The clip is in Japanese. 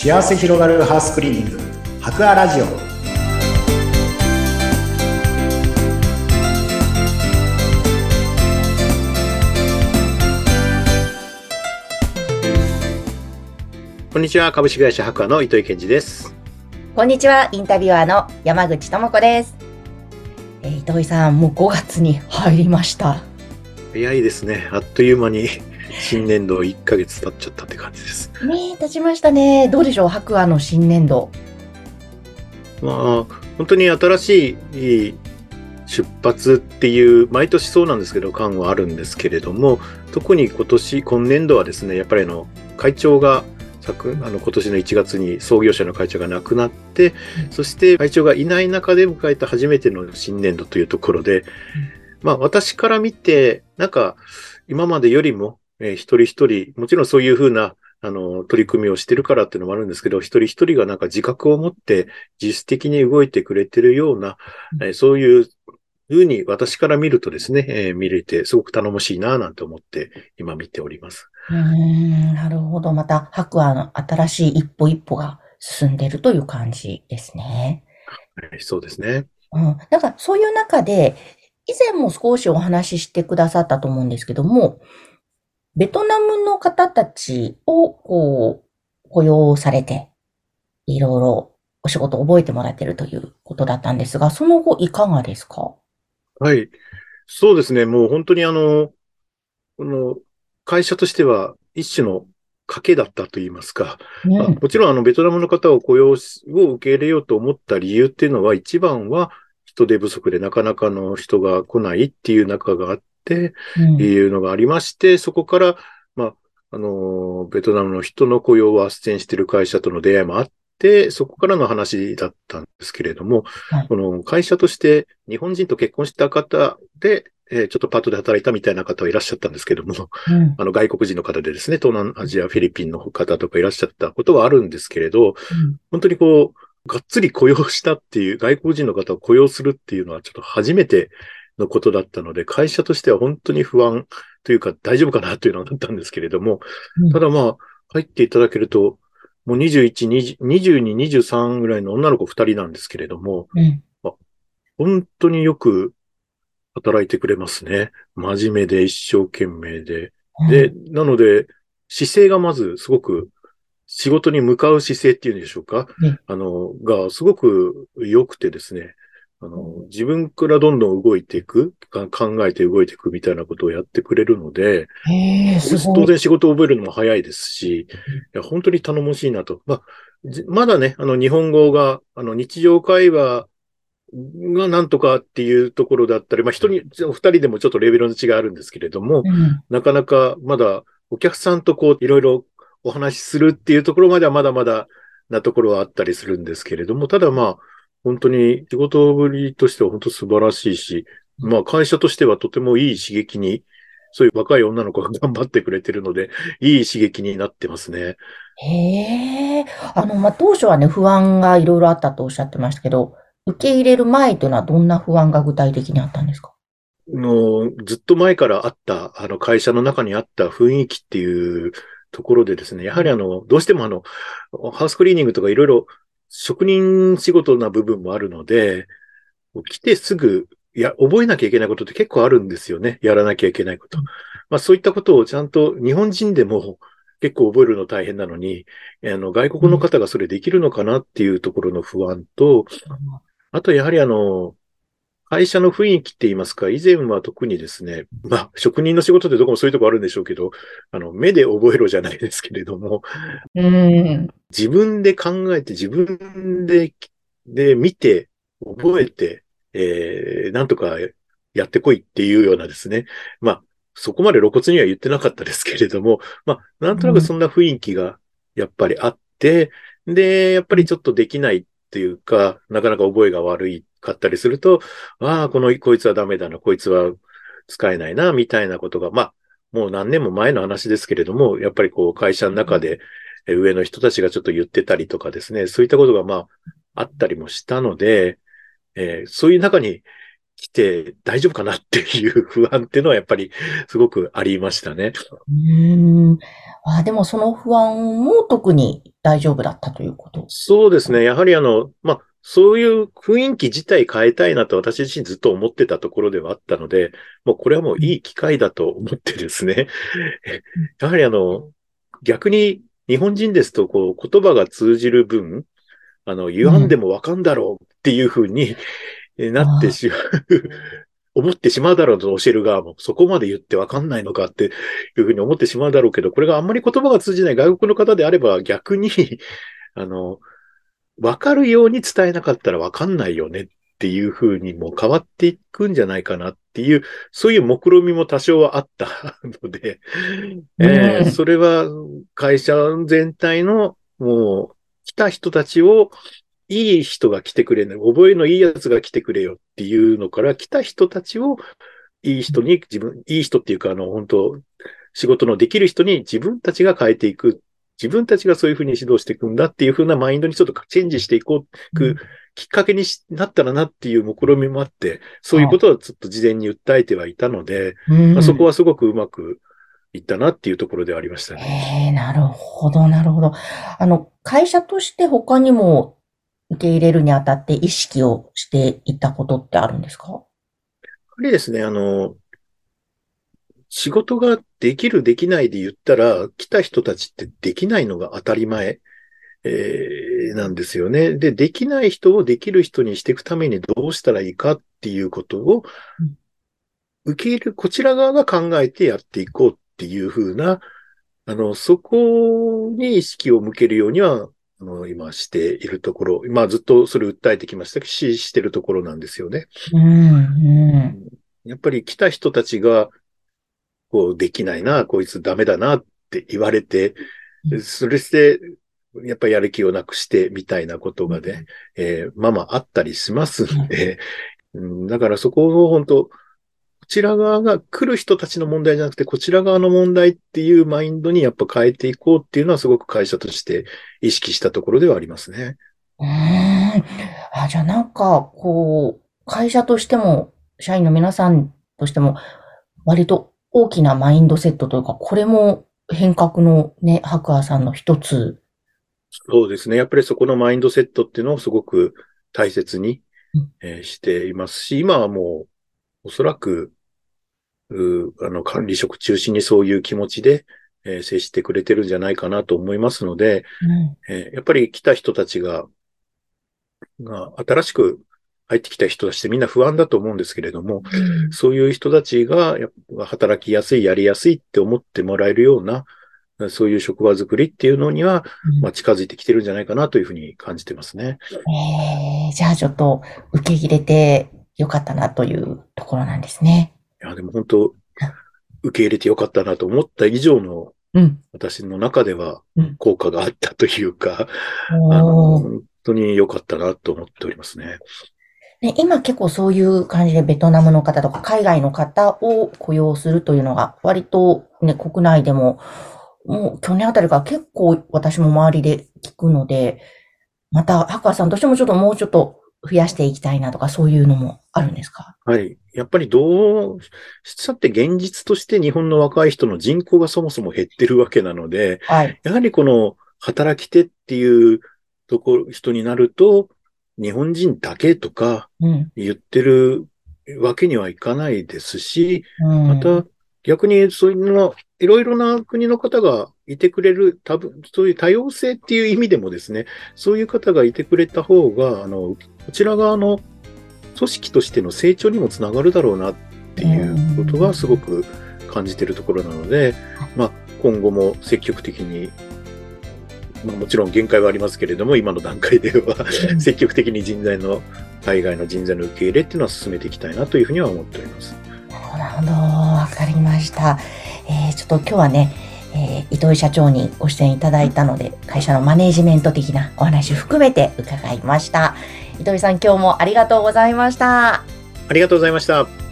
幸せ広がるハウスクリーニング博アラジオ。 こんにちは、株式会社博アの糸井健二です。 こんにちは、インタビュアーの山口智子です。糸井さん、もう5月に入りました。 早いですね。あっという間に新年度1ヶ月経っちゃったって感じです。 ね、経ちましたね。どうでしょう、博アの新年度。 本当に新しい出発っていう毎年そうなんですけど感はあるんですけれども、特に今年度はですね、やっぱり会長が今年の1月に創業者の会長が亡くなって、そして会長がいない中で迎えた初めての新年度というところで、私から見て今までよりも、一人一人もちろんそういうふうな取り組みをしてるからっていうのもあるんですけど、一人一人が自覚を持って自主的に動いてくれてるような、そういうふうに私から見るとですね、見れてすごく頼もしいななんて思って今見ております。 なるほど。また博アの新しい一歩一歩が進んでいるという感じですね。 そうですね。 そういう中で、以前も少しお話ししてくださったと思うんですけども、ベトナムの方たちを雇用されて、いろいろお仕事を覚えてもらっているということだったんですが、その後いかがですか？ はい。そうですね。もう本当にこの会社としては一種の賭けだったと言いますか。もちろんベトナムの方を雇用を受け入れようと思った理由っていうのは、一番は人手不足でなかなかの人が来ないっていう中があって、いうのがありまして、そこから、ベトナムの人の雇用を斡旋している会社との出会いもあって、そこからの話だったんですけれども、この会社として日本人と結婚した方で、ちょっとパートで働いたみたいな方はいらっしゃったんですけども、外国人の方でですね、東南アジア、フィリピンの方とかいらっしゃったことはあるんですけれど、本当にがっつり雇用したっていう、外国人の方を雇用するっていうのはちょっと初めてのことだったので、会社としては本当に不安というか大丈夫かなというのはあったんですけれども、ただ入っていただけると、もう21、22、23ぐらいの女の子2人なんですけれども、本当によく働いてくれますね。真面目で一生懸命で。なので、姿勢がまずすごく仕事に向かう姿勢っていうんでしょうか。がすごく良くてですね。自分からどんどん動いていく、考えて動いていくみたいなことをやってくれるので、当然仕事を覚えるのも早いですし、本当に頼もしいなと。まだね、日本語が、日常会話がなんとかっていうところだったり、二人でもちょっとレベルの違いあるんですけれども、なかなかまだお客さんといろいろお話しするっていうところまではまだまだなところはあったりするんですけれども、ただ本当に仕事ぶりとしては本当素晴らしいし、会社としてはとてもいい刺激に、そういう若い女の子が頑張ってくれてるので、いい刺激になってますね。 当初はね、不安がいろいろあったとおっしゃってましたけど、受け入れる前というのはどんな不安が具体的にあったんですか？ ずっと前からあった、会社の中にあった雰囲気っていうところでですね、やはりどうしてもハウスクリーニングとかいろいろ職人仕事な部分もあるので、来てすぐ、覚えなきゃいけないことって結構あるんですよね。やらなきゃいけないこと。そういったことをちゃんと日本人でも結構覚えるの大変なのに、外国の方がそれできるのかなっていうところの不安と、あとやはり会社の雰囲気って言いますか、以前は特にですね、職人の仕事ってどこもそういうとこあるんでしょうけど、目で覚えろじゃないですけれども、自分で考えて、自分で見て、覚えて、なんとかやってこいっていうようなですね。そこまで露骨には言ってなかったですけれども、なんとなくそんな雰囲気がやっぱりあって、で、やっぱりちょっとできないっていうか、なかなか覚えが悪いかったりすると、こいつはダメだな、こいつは使えないな、みたいなことが、もう何年も前の話ですけれども、やっぱり会社の中で上の人たちがちょっと言ってたりとかですね、そういったことがあったりもしたので、そういう中に来来て大丈夫かなっていう不安っていうのはやっぱりすごくありましたね。 でもその不安も特に大丈夫だったということ。 そうですね。やはりそういう雰囲気自体変えたいなと私自身ずっと思ってたところではあったので、もうこれはもういい機会だと思ってですね。やはり逆に日本人ですとこう言葉が通じる分、言わんでもわかんだろうっていうふうになってしまう。思ってしまうだろうと教える側も、そこまで言ってわかんないのかっていうふうに思ってしまうだろうけど、これがあんまり言葉が通じない外国の方であれば逆に、わかるように伝えなかったらわかんないよねっていうふうにも変わっていくんじゃないかなっていう、そういう目論みも多少はあったので、それは会社全体のもう来た人たちをいい人が来てくれない、覚えのいいやつが来てくれよっていうのから、来た人たちをいい人にいい人っていうか、本当仕事のできる人に自分たちが変えていく。自分たちがそういうふうに指導していくんだっていうふうなマインドにちょっとチェンジしていこう、きっかけになったらなっていう目論みもあって、そういうことはずっと事前に訴えてはいたので、そこはすごくうまくいったなっていうところではありましたね。 なるほど、なるほど。会社として他にも受け入れるにあたって意識をしていったことってあるんですか？ やはりですね、仕事ができるできないで言ったら、来た人たちってできないのが当たり前、なんですよね。で、できない人をできる人にしていくためにどうしたらいいかっていうことを受け入れる、こちら側が考えてやっていこうっていうふうな、そこに意識を向けるようには、今しているところ、ずっとそれを訴えてきましたし、してるところなんですよね。やっぱり来た人たちが、こう、できないな、こいつダメだなって言われて、それして、やっぱりやる気をなくしてみたいなことがね、あったりしますんで、だからそこを本当、こちら側が来る人たちの問題じゃなくて、こちら側の問題っていうマインドにやっぱ変えていこうっていうのはすごく会社として意識したところではありますね。 じゃあなんか、こう、会社としても、社員の皆さんとしても、割と大きなマインドセットというか、これも変革のね、白亜さんの一つ。 そうですね。やっぱりそこのマインドセットっていうのをすごく大切に、していますし、今はもうおそらく、管理職中心にそういう気持ちで、接してくれてるんじゃないかなと思いますので、やっぱり来た人たちが新しく入ってきた人たちってみんな不安だと思うんですけれども、そういう人たちが働きやすい、やりやすいって思ってもらえるような、そういう職場づくりっていうのには、近づいてきてるんじゃないかなというふうに感じてますね。 じゃあちょっと受け入れてよかったなというところなんですね。 いや、でも本当、受け入れてよかったなと思った以上の、私の中では効果があったというか、本当に良かったなと思っておりますね。 今結構そういう感じでベトナムの方とか海外の方を雇用するというのが割とね、国内でももう去年あたりから結構私も周りで聞くので、また白亜さんとしてももうちょっと増やしていきたいなとかそういうのもあるんですか？ はい。やっぱりどうしたって現実として日本の若い人の人口がそもそも減ってるわけなので、やはりこの働き手っていう人になると、日本人だけとか言ってるわけにはいかないですし、また逆にそういうの、いろいろな国の方がいてくれる、そういう多様性っていう意味でもですね、そういう方がいてくれた方が、こちら側の組織としての成長にもつながるだろうなっていうことがすごく感じているところなので、今後も積極的に、もちろん限界はありますけれども、今の段階では積極的に海外の人材の受け入れっていうのは進めていきたいなというふうには思っております。 なるほど、わかりました。ちょっと今日はね、糸井社長にご出演いただいたので、会社のマネージメント的なお話含めて伺いました。糸井さん、今日もありがとうございました。 ありがとうございました。